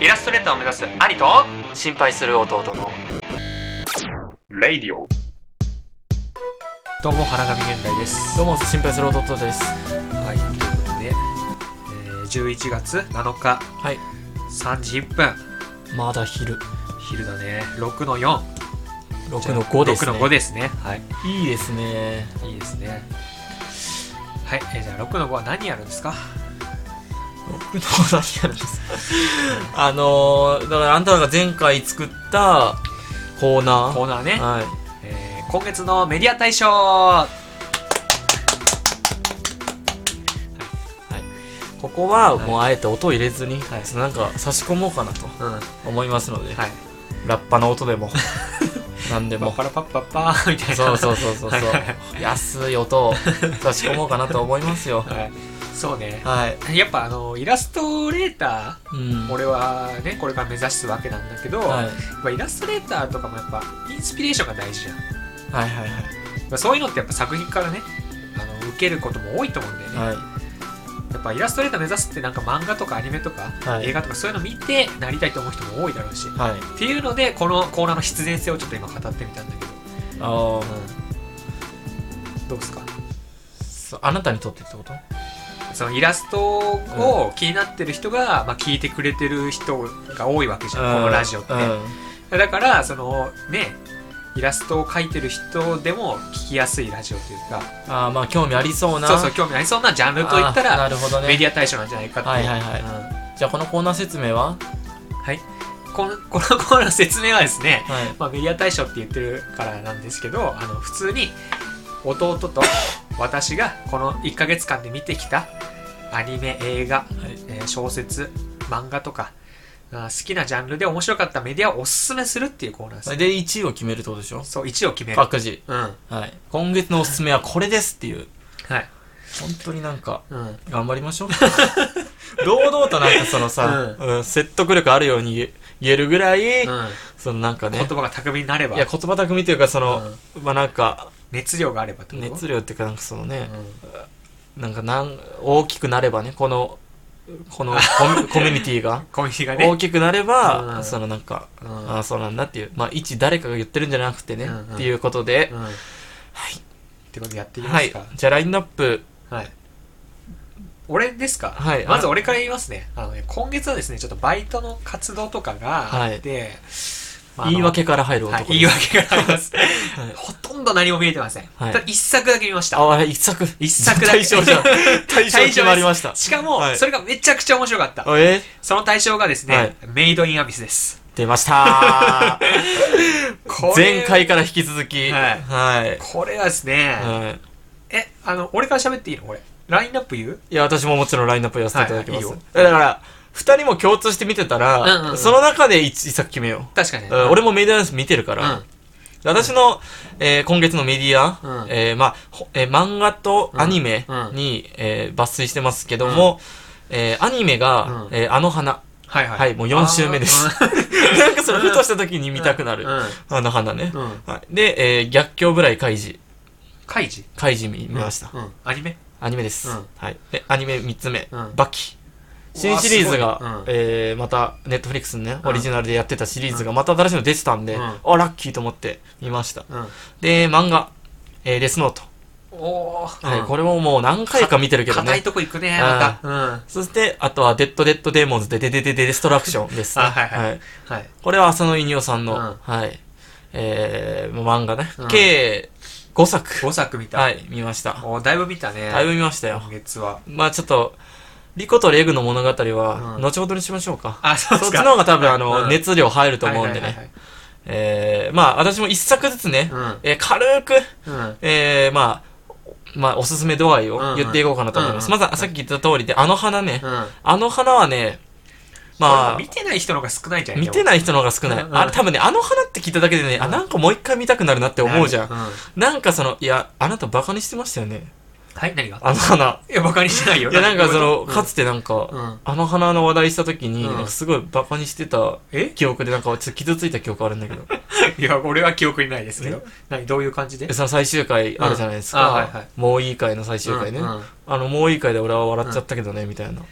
イラストレーターを目指す兄と心配する弟のレイディオ。どうも花神現代です。 どうも心配する弟です。 はい、ということで、11月7日、 はい、 3時1分。 まだ昼だね。6の4、 6の5ですね。 6の5ですね。はい、 いいですね。 いいですね。はい、じゃあ6の5は何やるんですか 6の5何やるんですかだからあんたが前回作ったコーナーね、 はい、 今月のメディア大賞、はいはい、ここはもうあえて音を入れずに、はい、なんか差し込もうかなと思いますので、はい、ラッパの音でも何でもパラパッパッパーみたいな、 そう安い音を差し込もうかなと思いますよ。 はい、そうね、 はい、 やっぱイラストレーター、俺はねこれから目指すわけなんだけど、はい、イラストレーターとかもやっぱインスピレーションが大事じゃん。はいはいはい。そういうのってやっぱ作品からね受けることも多いと思うんだよね。はい、やっぱイラストレーター目指すってなんか漫画とかアニメとか、はい、映画とかそういうの見てなりたいと思う人も多いだろうし、はい、っていうのでこのコーナーの必然性をちょっと今語ってみたんだけど、どうですか？ あなたにとってってこと？ そのイラストを気になってる人が、聞いてくれてる人が多いわけじゃん、このラジオって、だからそのねイラストを描いてる人でも聞きやすいラジオというか、 興味ありそうな、 興味ありそうなジャンルといったら、 なるほどね、 メディア対象なんじゃないかっていう。 じゃあこのコーナー説明は？ はい、このコーナーの説明はですね、はい、メディア対象って言ってるからなんですけど、普通に弟と私がこの1ヶ月間で見てきたアニメ、映画、小説、漫画とか好きなジャンルで面白かったメディアをおすすめするっていうコーナーです。 で1位を決めるってことでしょ？そう、 1位を決める。 各自、はい、今月のおすすめはこれですっていう、はい、本当になんか、頑張りましょう堂々となんかそのさ、説得力あるように言えるぐらい、そのなんかね、 言葉が巧みになれば、 いや言葉巧みというかその、なんか熱量があればってこと？ 熱量っていうかなんかそのね、なんか大きくなればね、このコミュニティが大きくなれば、そのなんか、そうなんだっていう、一誰かが言ってるんじゃなくてね、っていうことで、はい、 ってことでやっていきますか。はい、 じゃあラインナップ、はい、 俺ですか？はい、まず俺から言いますね。今月はですね、ちょっとバイトの活動とかがあって、 言い訳から入る男です。 言い訳から入ります。ほとんど何も見えてません。ただ一作だけ見ました。 一作だけ。 対象じゃん。 対象決まりました。 しかも、それがめちゃくちゃ面白かった。その対象がですね、メイドインアビスです。 出ました前回から引き続き。 これはですね、俺から喋っていいの？これ。ラインナップ言う？ いや、私ももちろんラインナップやらせていただきます。だから、二人も共通して見てたら、その中で一作決めよう。 確かに。 俺もメディアニュース見てるから、私の、今月のメディア、漫画とアニメに、抜粋してますけども、アニメが、あの花。はい、もう4週目です。なんかそれふとした時に見たくなる。あの花ね。で、逆境ブライカイジ。カイジ見ました。 アニメです。はい。で、アニメ3つ目、バキ。新シリーズが、また、ネットフリックスのね、オリジナルでやってたシリーズがまた新しいの出てたんで、ラッキーと思って見ました。で、漫画、デスノート。これももう何回か見てるけどね。 硬いとこ行くね、また。 そして、あとは、デッモンズでデストラクションですね。これは浅野稲夫さんの、漫画ね。計5作見た。 はい、見ました。 だいぶ見たね。 だいぶ見ましたよ。 今月は。 ちょっと、リコとレグの物語は、後ほどにしましょうか。 そっちの方が多分、熱量入ると思うんでね。私も一作ずつね、軽く、おすすめ度合いを言っていこうかなと思います。まず、さっき言った通りで、あの花ね。あの花はね、 見てない人の方が少ないじゃん。 見てない人の方が少ない。あれ多分ね、あの花って聞いただけでね、なんかもう一回見たくなるなって思うじゃん。なんかいや、あなたバカにしてましたよね。 はい、何が？ あの花。 いや、バカにしてないよ。 いや、なんかかつてなんか、あの花の話題した時に、すごいバカにしてた記憶で、なんかちょっと傷ついた記憶あるんだけど。 いや、俺は記憶にないですけど。どういう感じで？ その最終回あるじゃないですか。もういい回の最終回ね。もういい回で俺は笑っちゃったけどね、みたいな。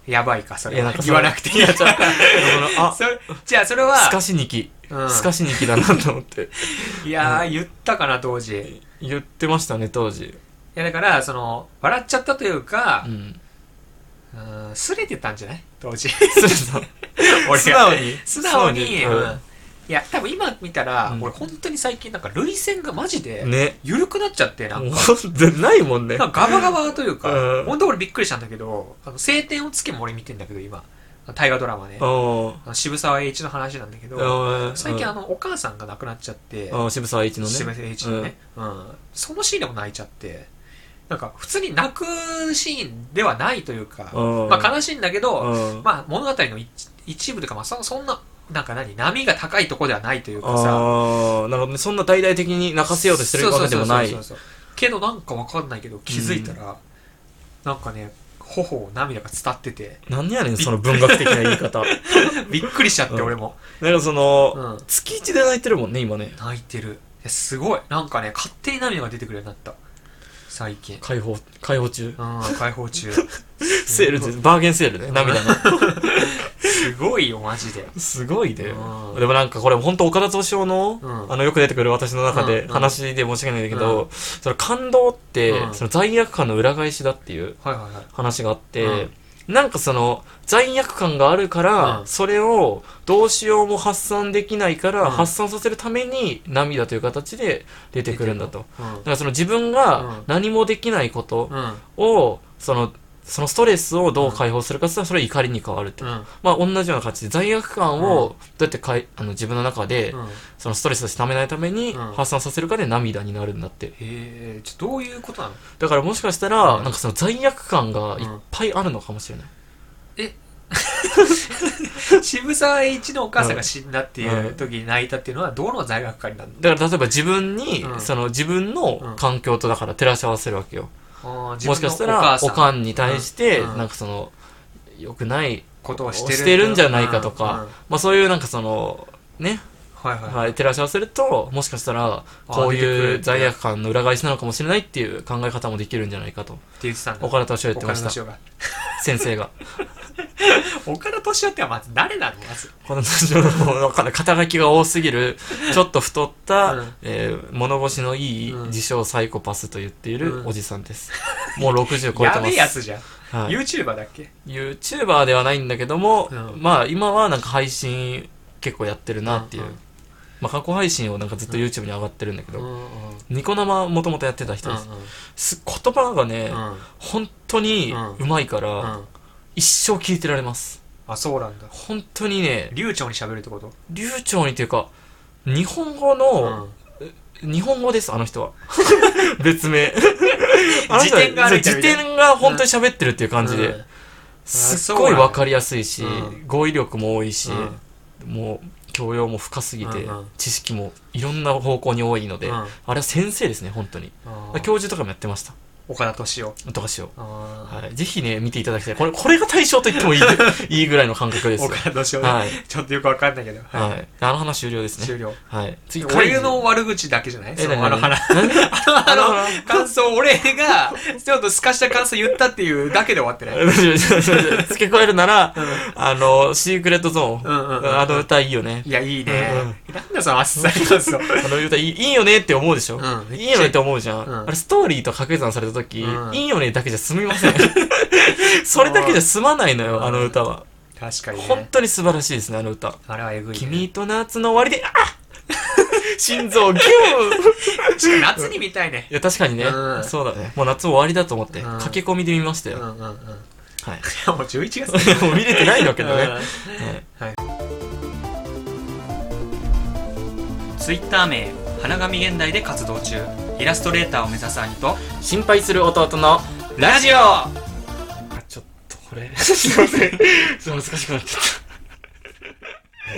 やばいか、それ。 なんか言わなくていい。 や、 じゃあ、それは。 すかしにき。すかしにきだなと思って。 いやー、言ったかな、当時。 言ってましたね、当時。いや、だから、笑っちゃったというか、すれてたんじゃない当時。 俺素直に、いや、多分今見たら、俺本当に最近なんか涙腺がマジで、緩くなっちゃって、なんか。 ないもんね。 ガバガバというか、本当俺びっくりしたんだけど、晴天をつけも俺見てんだけど、今。大河ドラマね。渋沢栄一の話なんだけど、最近お母さんが亡くなっちゃって、 渋沢栄一のね。 渋沢栄一のね。そのシーンでも泣いちゃって、なんか普通に泣くシーンではないというか、まあ悲しいんだけど、まあ物語の一部というか、まあそんな、なんか波が高いとこではないというかさ。 なるほどね。そんな大々的に泣かせようとしてるわけでもない。 けどなんかわかんないけど、気づいたら、なんかね、頬涙が伝ってて。 なんやねん、その文学的な言い方。 びっくりしちゃって、俺も。 なんか月一で泣いてるもんね、今ね。 泣いてる。すごい。なんかね、勝手に涙が出てくるようになった。最近。 解放中。 解放中。 セールで、バーゲンセールね、涙の。 すごいよ、マジで。 すごいで。でもなんかこれ本当岡田斗司夫の、よく出てくる私の中で話で申し訳ないんだけど、その感動って、その罪悪感の裏返しだっていう話があって、なんか罪悪感があるから、それをどうしようも発散できないから、発散させるために涙という形で出てくるんだと。だから自分が何もできないことを、そのストレスをどう解放するかって言ったら、それは怒りに変わるって。まあ同じような感じで、罪悪感をどうやって自分の中で、そのストレスとしてためないために発散させるかで涙になるんだって。 どういうことなの？ だからもしかしたら、なんかその罪悪感がいっぱいあるのかもしれない。 渋沢栄一のお母さんが死んだっていう時に泣いたっていうのはどの罪悪感になるの？ だから例えば自分に、自分の環境とだから照らし合わせるわけよ。もしかしたらおかんに対してなんか良くないことをしてるんじゃないかとか、まあそういうなんかね、照らし合わせるともしかしたらこういう罪悪感の裏返しなのかもしれないっていう考え方もできるんじゃないかと岡田斗司夫言ってました。先生が。 岡田斗司夫ってはまず誰なの？まず岡田斗司夫の肩書きが多すぎるちょっと太った、物腰のいい自称サイコパスと言っているおじさんです。もう60超えてます。 やべえやつじゃん。YouTuber だっけ？ YouTuber ではないんだけども、まあ今はなんか配信結構やってるなっていう。まあ過去配信をなんかずっと YouTube に上がってるんだけど、ニコ生もともとやってた人です。言葉がね、本当にうまいから、一生聞いてられます。 あ、そうなんだ。 本当にね、 流暢に喋るってこと？ 流暢にっていうか、日本語です、あの人は。別名。 辞典があるみたいな。 辞典が本当に喋ってるっていう感じで、すっごいわかりやすいし、語彙力も多いし、もう、教養も深すぎて、知識もいろんな方向に多いので、あれは先生ですね、本当に。教授とかもやってました。 岡田斗司夫。 はい。ぜひね、見ていただきたい。これが対象と言ってもいいぐらいの感覚です。 岡田斗司夫ね。ちょっとよくわかんないけど。 はい。あの話終了ですね。 終了。 はい。 次、俺の悪口だけじゃない？あの感想、俺が、ちょっと透かした感想言ったっていうだけで終わってない。 付け加えるなら、シークレットゾーン。あの歌いいよね。 いや、いいね。なんだそのあっさり感想。 あの歌いいよねって思うでしょ？いいよねって思うじゃん。あれ、ストーリーと掛け算された時、いいよねだけじゃ済みません。それだけじゃ済まないのよ、あの歌は。 確かにね。 本当に素晴らしいですね、あの歌。 あれはえぐい。 君と夏の終わりで、心臓ギュー夏に見たいね。 いや、確かにね。そうだね。もう夏終わりだと思って、駆け込みで見ましたよ。はい。 もう11月もう見れてないんだけどね。 ツイッター名、花紙現代で活動中。イラストレーターを目指す兄と心配する弟のラジオ。 ちょっとこれすいません、難しくなっちゃった。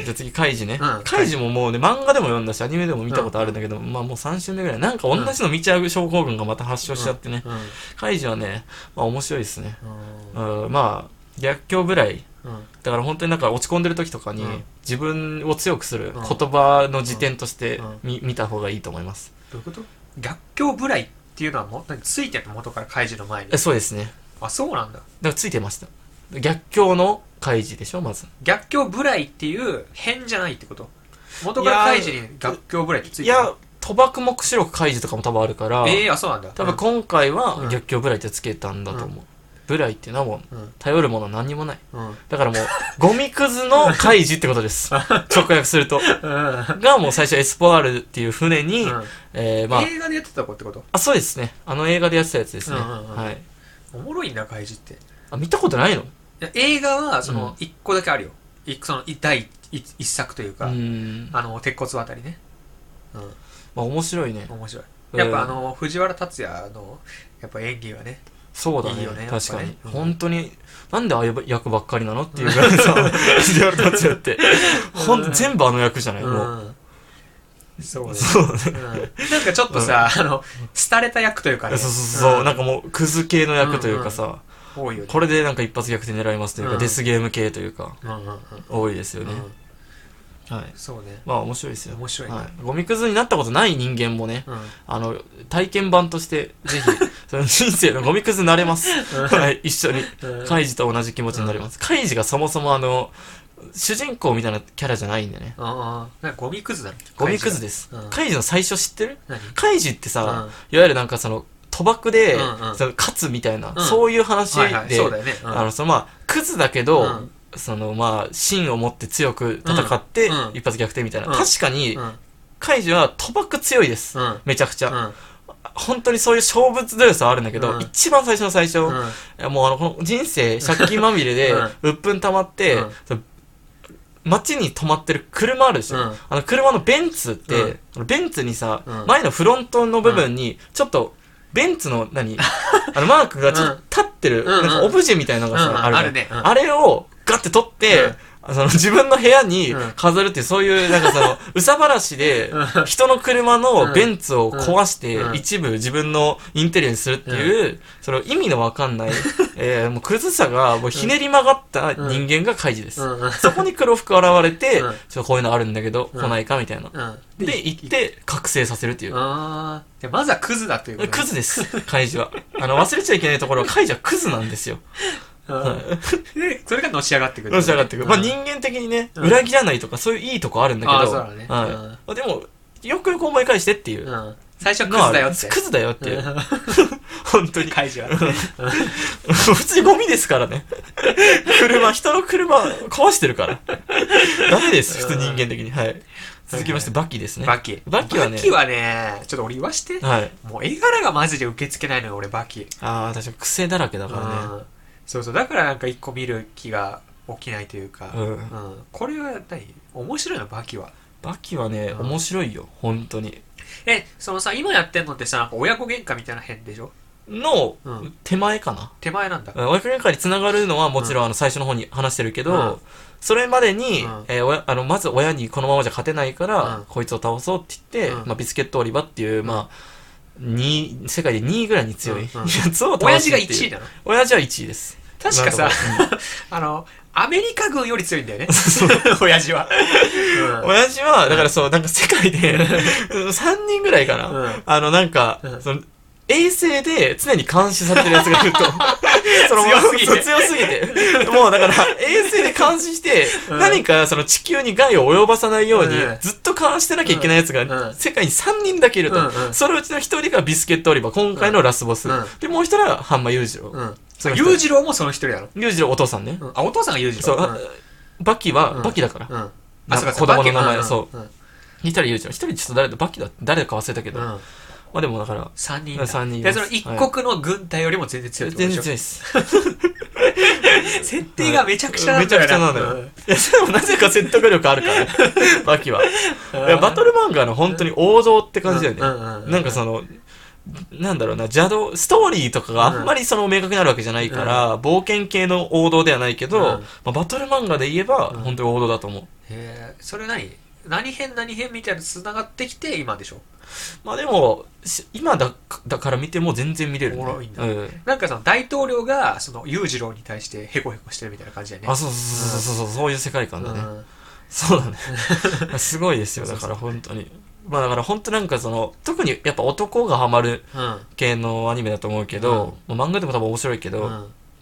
じゃあ次、カイジね。カイジももうね、漫画でも読んだしアニメでも見たことあるんだけど、まあもう3週目ぐらいなんか同じの見ちゃう症候群がまた発症しちゃってね。カイジはね、まあ面白いですね。まあ逆境ぐらいだから本当になんか落ち込んでる時とかに自分を強くする言葉の辞典として見た方がいいと思います。 どういうこと？逆境ぐらいっていうのはついてるの？元から開示の前に。 そうですね。 あ、そうなんだ。 だからついてました。 逆境のカイジでしょ、まず。 逆境ブライっていう変じゃないってこと？元からカイジに逆境ブライってついてる？ いや、賭博目視録カイジとかも多分あるから。 あ、そうなんだ。 多分今回は逆境ブライってつけたんだと思う。ブライっていうのはもう、頼るものは何にもない。だからもう、ゴミくずのカイジってことです。直訳すると。がもう最初エスポールっていう船に、まあ。 映画でやってた子ってこと？ あ、そうですね。映画でやってたやつですね。はい。 おもろいな、カイジって。 あ、見たことないの？ いや、映画は、一個だけあるよ。第一作というか、鉄骨渡りね。 まあ面白いね。 面白い。やっぱ藤原竜也の、やっぱ演技はね、 そうだね。いいよね、確かに。本当に、なんでああいう役ばっかりなのっていうぐらいさ、藤原竜也って。全部あの役じゃない？もう。 そうね。なんかちょっとさ、廃れた役というかね。 そう、なんかもう、クズ系の役というかさ、これでなんか一発逆転狙いますというか、デスゲーム系というか、多いですよね。はい。 そうね。 まあ面白いですよ。 面白いね。 ゴミくずになったことない人間もね、体験版として、ぜひ、その人生のゴミくずになれます。はい、一緒に。カイジと同じ気持ちになります。カイジがそもそも主人公みたいなキャラじゃないんだね。 なんかゴミくずだろ。 ゴミくずです。カイジの最初知ってる？カイジってさ、いわゆるなんか賭博で、勝つみたいな、そういう話で、 そうだよね。 まあ、クズだけど、まあ、芯を持って強く戦って、一発逆転みたいな。確かに、カイジは賭博強いです。めちゃくちゃ。本当にそういう勝負強さはあるんだけど、一番最初の最初、もうこの人生借金まみれで、鬱憤溜まって、街に止まってる車あるでしょ。車のベンツって、ベンツにさ、前のフロントの部分に、ちょっと、ベンツのマークがちょっと立ってる、なんかオブジェみたいなのがさ、あるね。あれをガッて取って、自分の部屋に飾るっていう、そういう、なんかうさばらしで、人の車のベンツを壊して、一部自分のインテリアにするっていう、意味のわかんない、もうクズさが、もうひねり曲がった人間がカイジです。そこに黒服現れて、ちょっとこういうのあるんだけど、来ないかみたいな。で、行って、覚醒させるっていう。 まずはクズだということ。 クズです、カイジは。忘れちゃいけないところは、カイジはクズなんですよ。 で、それがのし上がってくる。 のし上がってくる。まあ人間的にね、裏切らないとかそういういいとこあるんだけど。はい。でも、よくよく思い返してっていう。 最初クズだよって。 クズだよっていう。本当に。 カイジは。 普通にゴミですからね。人の車壊してるから。ダメです、普通人間的に。はい。続きまして、バキですね。 バキはね、ちょっと俺言わして。もう絵柄がマジで受け付けないのよ、俺バキ。 確かに癖だらけだからね。 そう、だからなんか一個見る気が起きないというか、これは面白いの？バキは。 バキはね、面白いよ、本当に。 今やってんのってさ、なんか親子喧嘩みたいな変でしょ？ の、手前かな。 手前なんだ。 親子喧嘩に繋がるのはもちろん最初の方に話してるけど、それまでに、まず親にこのままじゃ勝てないから、こいつを倒そうって言って、ビスケットオリバっていう、世界で2位ぐらいに強いやつを倒す。 親父が1位なの？ 親父は1位です。 確かさ、アメリカ軍より強いんだよね。親父は。 親父は、だからそう、なんか世界で3人ぐらいかな。なんか、衛星で常に監視されてるやつがいると。強すぎて。もうだから、衛星で監視して、何か地球に害を及ばさないように、ずっと監視してなきゃいけないやつが、世界に3人だけいると。そのうちの1人がビスケットオリバー、今回のラスボス。で、もう1人はハンマ裕次郎。 裕次郎もその1人なの？ 裕次郎お父さんね。 お父さんが裕次郎。 そう。バキだから。子供の名前、そう。1人裕次郎。1人ちょっと誰か忘れたけど。でもだから、 3人。 3人で、その一国の軍隊よりも全然強い。 全然強いです。 設定がめちゃくちゃなんだよ。 めちゃくちゃなんだよ。いや、でもなぜか説得力あるから、バキは。バトル漫画の本当に王道って感じだよね。なんかなんだろうな、ストーリーとかがあんまり明確になるわけじゃないから、冒険系の王道ではないけど、バトル漫画で言えば、本当に王道だと思う。 それ何編みたいな繋がってきて今でしょ？ でも、今だから見ても全然見れる、ね。 おもろいんだ。なんか大統領が裕次郎に対してヘコヘコしてるみたいな感じだよね。 そういう世界観だね。そうだね。すごいですよ、だから本当に。だから本当なんか特にやっぱ男がハマる系のアニメだと思うけど、漫画でも多分面白いけど、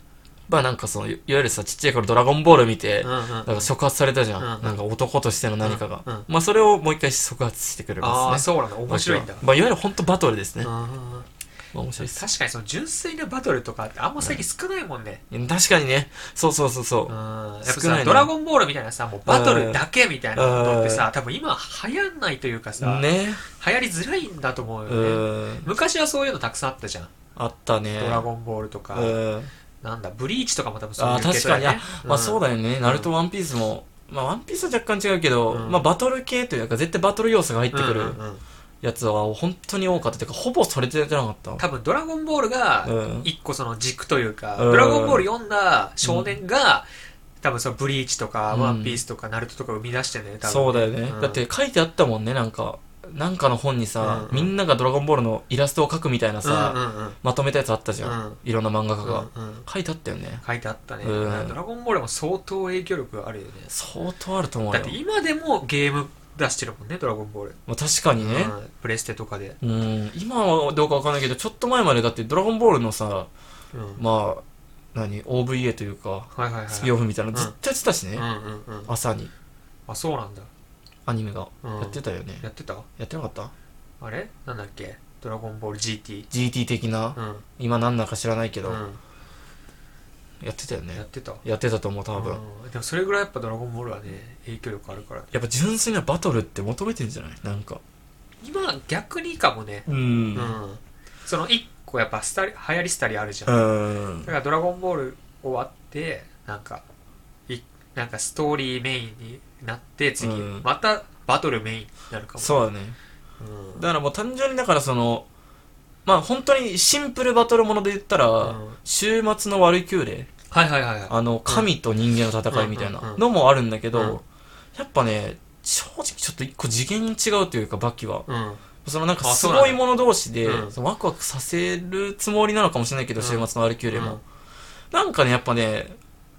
まあなんかそのいわゆるさちっちゃい頃ドラゴンボール見て、なんか触発されたじゃん、なんか男としての何かが、まあそれをもう一回触発してくれますね。 ああそうなんだ、面白いんだ。 まあいわゆる本当バトルですね。面白いです。 確かにその純粋なバトルとかってあんま最近少ないもんね。 確かにね。そうやっぱさ、ドラゴンボールみたいなさ、もうバトルだけみたいなのってさ、多分今流行んないというかさ、流行りづらいんだと思うよね。昔はそういうのたくさんあったじゃん。 あったね。 ドラゴンボールとか、なんだ、ブリーチとかも多分そういう系統だよね。確かに、まあそうだよね。ナルト、ワンピースも、まあワンピースは若干違うけど、まあバトル系というか絶対バトル要素が入ってくるやつは本当に多かった。てかほぼそれじゃなかった。 多分ドラゴンボールが一個その軸というか、ドラゴンボール読んだ少年が、多分そのブリーチとか、ワンピースとかナルトとか生み出してね、多分。 そうだよね。だって書いてあったもんね、なんかの本にさ、みんながドラゴンボールのイラストを描くみたいなさ、まとめたやつあったじゃん。いろんな漫画家が。書いてあったよね。 書いてあったね。ドラゴンボールも相当影響力あるよね。 相当あると思うよ。 だって今でもゲーム出してるもんね、ドラゴンボール。 まあ確かにね。 プレステとかで。 今はどうかわかんないけど、ちょっと前までだってドラゴンボールのさ、まあ、OVA というか、スピンオフみたいなのずっとやってたしね。朝に。 あ、そうなんだ。 アニメが。やってたよね。 やってた？ やってなかった？ あれなんだっけ、ドラゴンボール GT 的な、今何なんか知らないけど、やってたよね。やってたと思う、多分。 でもそれぐらいやっぱドラゴンボールはね、影響力あるから。 やっぱ純粋なバトルって求めてんじゃない？なんか今逆にかもね。その一個やっぱ流行り廃りあるじゃん。だからドラゴンボール終わってなんかストーリーメインになって次、またバトルメインになるかも。 そうだね。だからもう単純にだからそのまあ本当にシンプルバトルもので言ったら、週末のワルキューレ、神と人間の戦いみたいなのもあるんだけど、やっぱね正直ちょっと一個次元違うというか、バキは、そのなんかすごいもの同士でワクワクさせるつもりなのかもしれないけど、週末のワルキューレもなんかねやっぱね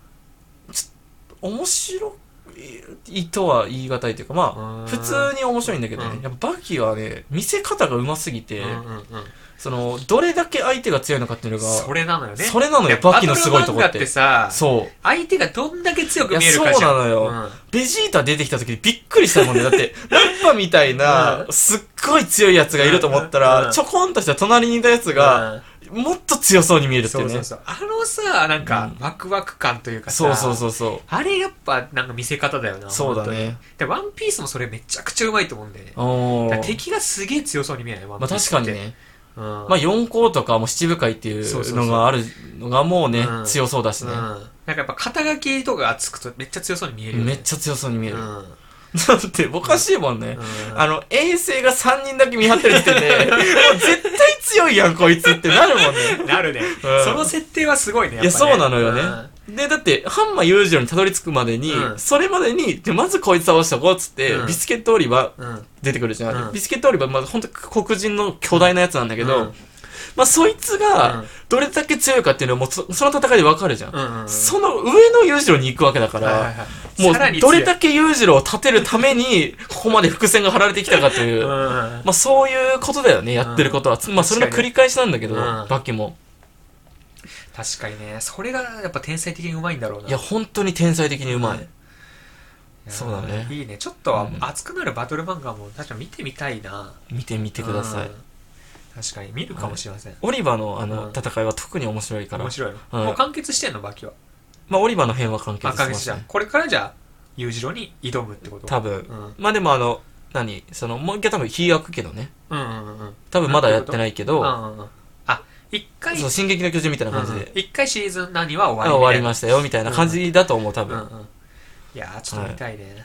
面白いとは言い難いというか、まあ普通に面白いんだけどね、やっぱバキはね見せ方がうますぎて、そのどれだけ相手が強いのかっていうのがそれなのよね。 それなのよ、バキのすごいところって。 バトル漫画ってさ、 そう相手がどんだけ強く見えるかじゃん。そうなのよ、ベジータ出てきた時にびっくりしたもんね。だってラッパみたいなすっごい強いやつがいると思ったら、ちょこんとした隣にいたやつがもっと強そうに見えるっていうね。 あのさ、なんかワクワク感というかさ、あれやっぱなんか見せ方だよな。 そうだね。 でワンピースもそれめちゃくちゃうまいと思うんだよね。敵がすげえ強そうに見えない。 まあ確かにね。まあ4校とかも七部会っていうのがあるのがもうね、強そうだしね。 なんかやっぱ肩書きとかがつくとめっちゃ強そうに見えるよね。 めっちゃ強そうに見える。だっておかしいもんね。衛星が3人だけ見張ってる時点で、もう絶対強いやんこいつってなるもんね。 なるね。その設定はすごいね。 いやそうなのよね。でだってハンマー裕次郎にたどり着くまでに、それまでにまずこいつ倒しとこうっつって、ビスケットオリバー出てくるじゃん。ビスケットオリバーまあ本当黒人の巨大なやつなんだけど、まあそいつがどれだけ強いかっていうのはもうその戦いでわかるじゃん。その上の裕次郎に行くわけだから、もうどれだけ裕次郎を立てるためにここまで伏線が張られてきたかという、まあそういうことだよね、やってることは。まあそれの繰り返しなんだけど、バキも。 確かにね、それがやっぱ天才的にうまいんだろうな。 いや本当に天才的にうまい。そうだね。 いいね。ちょっと熱くなるバトル漫画も確か見てみたいな。 見てみてください。 確かに見るかもしれません。 オリバーの戦いは特に面白いから。 面白いの。もう完結してんのバキは。 まあオリバーの編は完結してますね。 これからじゃあ裕次郎に挑むってこと？ 多分。まあでもそのもう一回多分火焼くけどね。多分まだやってないけど。 一回そう進撃の巨人みたいな感じで。 一回シーズン何は終わりましたよみたいな感じだと思う多分。 いやちょっと見たいね。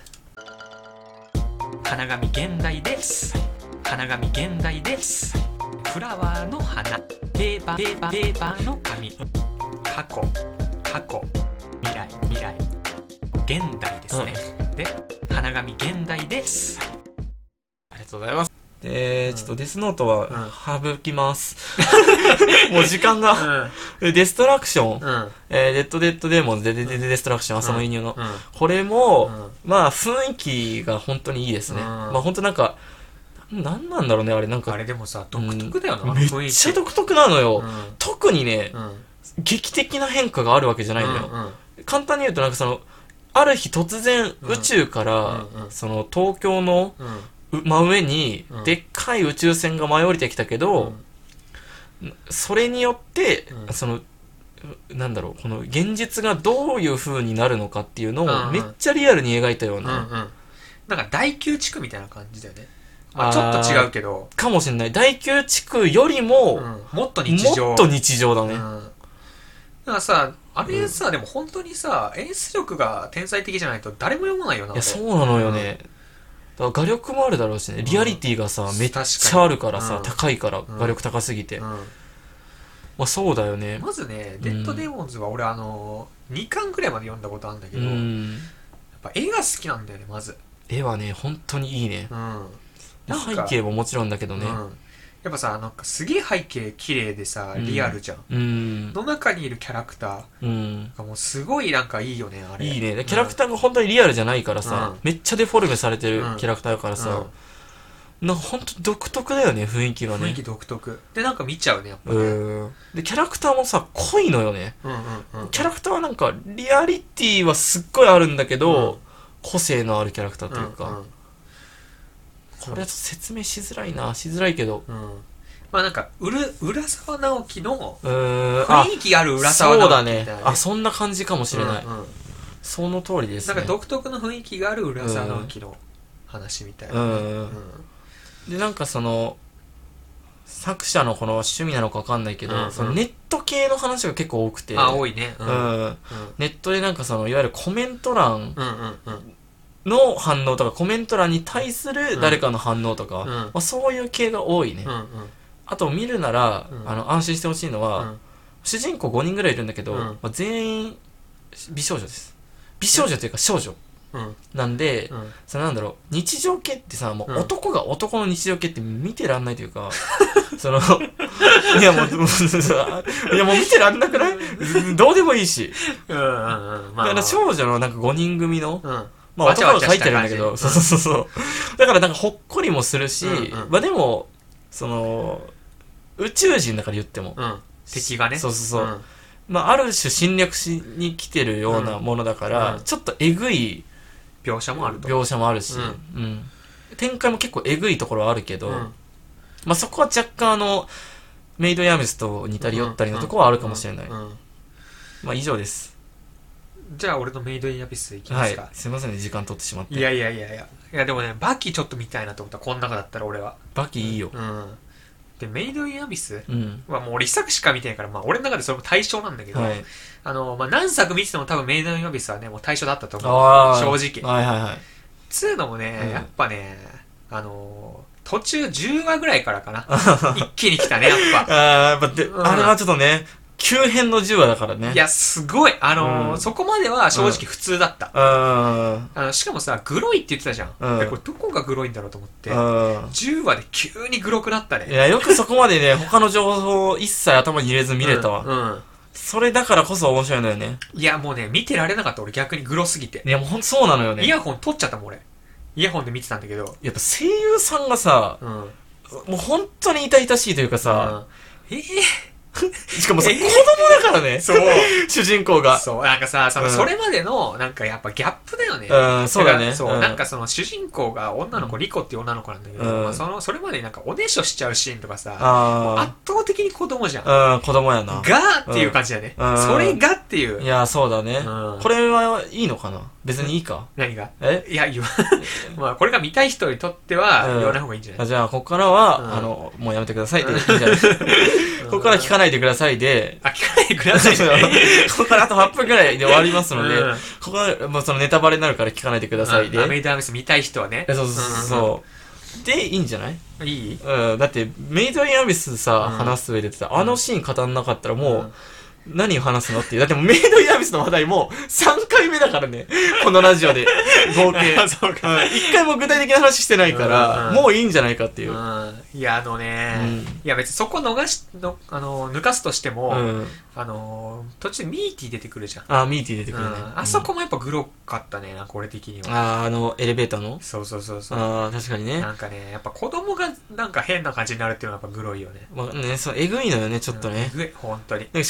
花紙現代です。花紙現代です。フラワーの花、ペーパーの紙、過去、未来、現代ですね。で、花紙現代です。 ありがとうございます。ちょっとデスノートは省きます。もう時間が。デストラクション、デッドデーモンズ、デストラクション、浅野輸入の。これも、まあ雰囲気が本当にいいですね。まあ本当なんか、なんだろうね、あれなんか。 あれでもさ、独特だよな、 めっちゃ独特なのよ。特にね、 劇的な変化があるわけじゃないんだよ。簡単に言うとなんかその、ある日突然宇宙から、その東京の真上にでっかい宇宙船が舞い降りてきたけど、それによって、その、なんだろう、この現実がどういう風になるのかっていうのをめっちゃリアルに描いたような。 なんか大宮地区みたいな感じだよね。まあ、ちょっと違うけど。 かもしれない。大宮地区よりも、 もっと日常。 もっと日常だね。 だからさ、あれさ、でも本当にさ、演出力が天才的じゃないと誰も読まないよな。 いや、そうなのよね。だから画力もあるだろうしね。リアリティがさ、めっちゃあるからさ、高いから、画力高すぎて。まあそうだよね。 まずね、デッドデーモンズは俺2巻ぐらいまで読んだことあるんだけど、やっぱ絵が好きなんだよね、まず。 絵はね、本当にいいね。背景ももちろんだけどね。 やっぱさ、なんかすげえ背景綺麗でさ、リアルじゃん。の中にいるキャラクターがもうすごいなんかいいよね、あれ。 いいね。キャラクターが本当にリアルじゃないからさ、めっちゃデフォルメされてるキャラクターだからさ、なんか本当独特だよね、雰囲気がね。 雰囲気独特。で、なんか見ちゃうね、やっぱね。 で、キャラクターもさ、濃いのよね。キャラクターはなんか、リアリティはすっごいあるんだけど、個性のあるキャラクターというか。これはちょっと説明しづらいな。しづらいけど。 まあなんか、浦沢直樹の雰囲気ある浦沢直樹みたいな、ね。 そうだね。あ、そんな感じかもしれない。その通りですね。 なんか独特の雰囲気がある浦沢直樹の話みたいな。 で、なんかその、作者のこの趣味なのかわかんないけど、そのネット系の話が結構多くて。 多いね。 ネットでなんかその、いわゆるコメント欄の反応とか、コメント欄に対する誰かの反応とか、まあ、そういう系が多いね。あと見るなら、安心してほしいのは、主人公5人ぐらいいるんだけど、まあ、全員美少女です。美少女というか少女。なんで、そのなんだろう、日常系ってさ、もう男が男の日常系って見てらんないというか、その、いやもう見てらんなくないどうでもいいし。だから少女のなんか5人組の、まあ男が書いてるんだけど、そう。だからなんかほっこりもするし、まあでも、その、宇宙人だから言っても。 敵がね。 そう。まあある種侵略しに来てるようなものだから、ちょっとえぐい、 描写もあると。 描写もあるし、展開も結構えぐいところはあるけど、まあそこは若干メイドインアビスと似たり寄ったりのところはあるかもしれない。まあ以上です。 じゃあ俺のメイドインアビスいきますか。 すいませんね、時間取ってしまって。 いやでもね、バキちょっと見たいなと思った、この中だったら俺は。 バキいいよ。 で、メイドインアビスはもう俺一作しか見てないから、まあ俺の中でそれも対象なんだけど、まあ何作見てても多分メイドインアビスはね、もう対象だったと思う。正直。つうのもね、やっぱね、途中10話ぐらいからかな。一気に来たね、やっぱ。 あれはちょっとね、急変の10話だからね。 いや、すごい。そこまでは正直普通だった。しかもさ、グロいって言ってたじゃん。これどこがグロいんだろうと思って。10話で急にグロくなったね。 いや、よくそこまでね、他の情報を一切頭に入れず見れたわ。それだからこそ面白いのよね。 いや、もうね、見てられなかった。俺逆にグロすぎて。 いや、もうほんとそうなのよね。 イヤホン取っちゃったもん、俺。イヤホンで見てたんだけど。 やっぱ声優さんがさ、もう本当に痛々しいというかさ、しかもさ、子供だからね。 そう。 主人公が。 そう。なんかさ、それまでの、なんかやっぱギャップだよね。 そうだね。 そう。なんかその主人公が女の子、リコっていう女の子なんだけど、それまでなんかおねしょしちゃうシーンとかさ、圧倒的に子供じゃん。 子供やな。 がっていう感じだね。それがっていう。 いや、そうだね。これはいいのかな？別にいいか？ 何が？いや、まあこれが見たい人にとっては言わない方がいいんじゃない？ じゃあ、ここからは、もうやめてくださいっていいんじゃない？ここから聞かないでくださいで。 聞かないでくださいね。 ここからあと8分くらいで終わりますので、ここはもうそのネタバレになるから聞かないでくださいで。 メイドインアビス見たい人はね。 そう。で、いいんじゃない？ いい？ だって、メイドインアビスさ、話す上でさ、あのシーン語んなかったらもう、何を話すのっていう。だってもうメイドインアビスの話題も3回目だからね。このラジオで。合計。 そうか。 1回も具体的な話してないから、もういいんじゃないかっていう。 いや、いや別にそこ抜かすとしても、途中でミーティ出てくるじゃん。 ミーティ出てくるね。 あそこもやっぱグロかったね、これ的には。 エレベーターの？ そう。 確かにね。 なんかね、やっぱ子供がなんか変な感じになるっていうのはやっぱグロいよね。 まあね、えぐいのよね、ちょっとね。 えぐい、本当に。 しかもさ、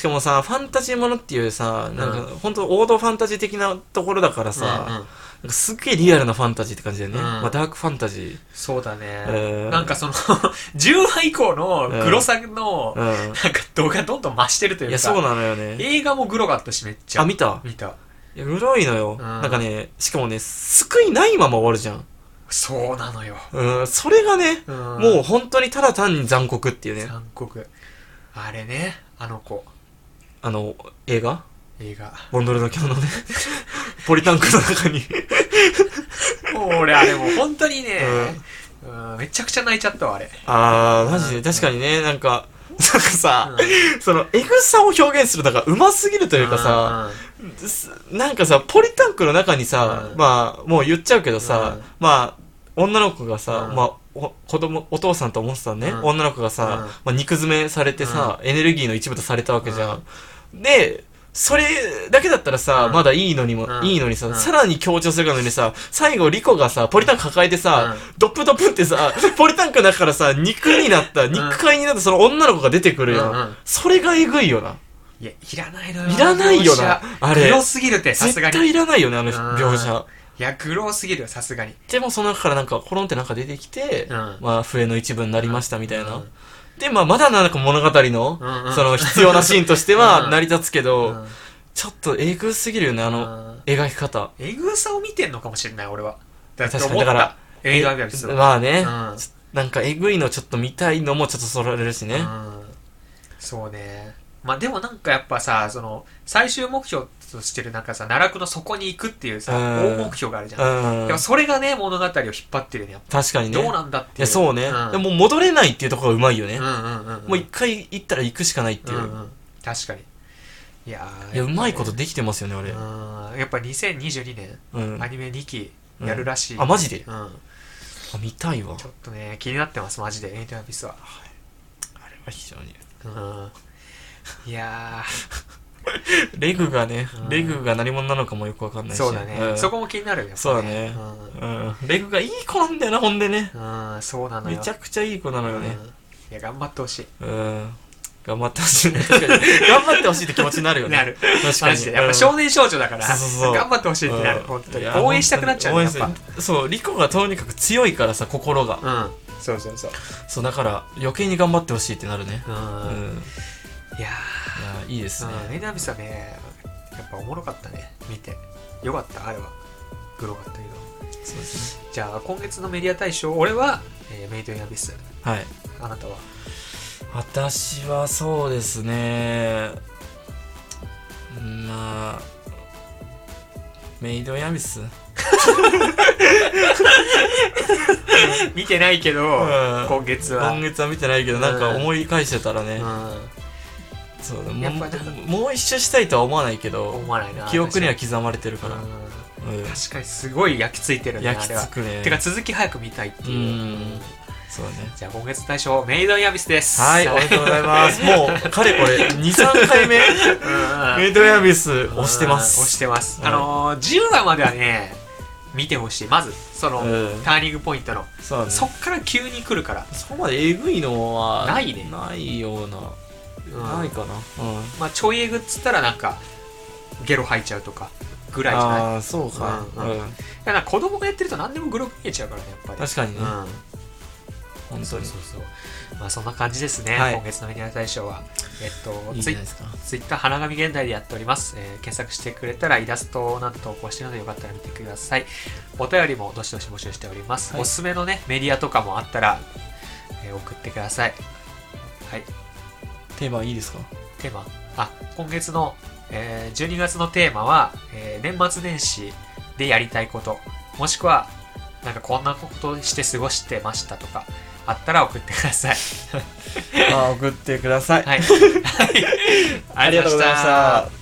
あファンタジーものっていうさ、なんか本当王道ファンタジー的なところだからさ、なんかすっげえリアルなファンタジーって感じだよね。まあダークファンタジー。 そうだね。なんかその10話以降のグロさのなんか動画どんどん増してるというか。いやそうなのよね。 映画もグロかったしめっちゃ。 あ見た。 いやグロいのよ。なんかねしかもね救いないまま終わるじゃん。 そうなのよ。 それがね、もう本当にただ単に残酷っていうね。 残酷。あれね、あの子。 映画ボンドルの今日のね、ポリタンクの中に。 もう俺あれもう本当にね、めちゃくちゃ泣いちゃったわ、あれ。 マジで確かにね、なんかさ、その、エグさを表現するのが上手すぎるというかさ、なんかさ、ポリタンクの中にさ、まあ、もう言っちゃうけどさ、まあ、女の子がさ、まあ、お父さんと思ってたね、女の子がさ、まあ、肉詰めされてさ、エネルギーの一部とされたわけじゃん。で、それだけだったらさ、まだいいのにさ、さらに強調するのにさ、最後リコがさ、ポリタンク抱えてさ、ドップドップってさ、ポリタンクの中からさ、肉塊になったその女の子が出てくるよ。それがえぐいよな。 いや、いらないのよ。 いらないよな。あれ。 グロすぎるって、さすがに。 絶対いらないよね、あの描写。 いや、グロすぎるよ、さすがに。 でもその中からなんか、コロンってなんか出てきて、まあ、笛の一部になりましたみたいな。で、まあ、まだなんか物語の、その必要なシーンとしては成り立つけど、ちょっとえぐすぎるよね、描き方。 えぐさを見てんのかもしれない、俺は。 確かに、だから、まあね、なんかえぐいのちょっと見たいのもちょっとそられるしね。 そうね。まあでもなんかやっぱさ、その、最終目標としてるなんかさ、奈落の底に行くっていうさ、大目標があるじゃん。でもそれがね、物語を引っ張ってるね。 確かにね。 どうなんだっていう。 いや、そうね。でも戻れないっていうところがうまいよね。もう一回行ったら行くしかないっていう。 確かに。いや、 うまいことできてますよね、あれ。 やっぱ2022年、アニメ2期やるらしい。 あ、マジで？見たいわ。 ちょっとね、気になってます、マジで、エイトアビスは。 あれは非常に。 いやー。レグが何者なのかもよくわかんないし。 そうだね。そこも気になるよ。 そうだね。レグがいい子なんだよな、ほんでね。 そうなのよ。 めちゃくちゃいい子なのよね。 いや、頑張ってほしい。 頑張ってほしいね。確かに。頑張ってほしいって気持ちになるよね。 なる。確かに。やっぱ少年少女だから、頑張ってほしいってなる。本当に。応援したくなっちゃうね、やっぱ。 そう、リコがとにかく強いからさ、心が。 そうそうそう。 そう、だから余計に頑張ってほしいってなるね。 いやいいですね。 メイドアビスはね、やっぱおもろかったね。見て。よかった、あれは。グロかったけど。 そうですね。 じゃあ、今月のメディア大賞、俺は、メイドアビス。 はい。 あなたは？ 私はそうですね、まあメイドヤビス見てないけど、今月は見てないけど、なんか思い返してたらね、そうもう一周したいとは思わないけど、記憶には刻まれてるから、 確かにすごい焼き付いてるね。 焼き付くね。 てか続き早く見たいっていう。 そうね。 じゃあ今月大賞メイドインアビスです。 はい、おめでとうございます。もうかれこれ 2,3 回目メイドインアビス押してます。 押してます。10話まではね見てほしい。まずそのターニングポイントのそっから急に来るから。 そこまでえぐいのはないね。 ないような、ないかな。 まあちょいえぐっつったらなんかゲロ吐いちゃうとかぐらいじゃない。 ああ、そうか。 だから子供がやってると何でもグロく見えちゃうからね、やっぱり。 確かにね。本当に。 そう。まあそんな感じですね。今月のメディア大賞は。ツイッター花紙現代でやっております。検索してくれたらイラストなど投稿してるのでよかったら見てください。お便りもどしどし募集しております。おすすめのね、メディアとかもあったら、送ってください。はい。 テーマいいですか？ テーマ？今月の、12月のテーマは、年末年始でやりたいこと、もしくは、なんかこんなことして過ごしてましたとかあったら送ってください。 送ってください。 はい。ありがとうございました。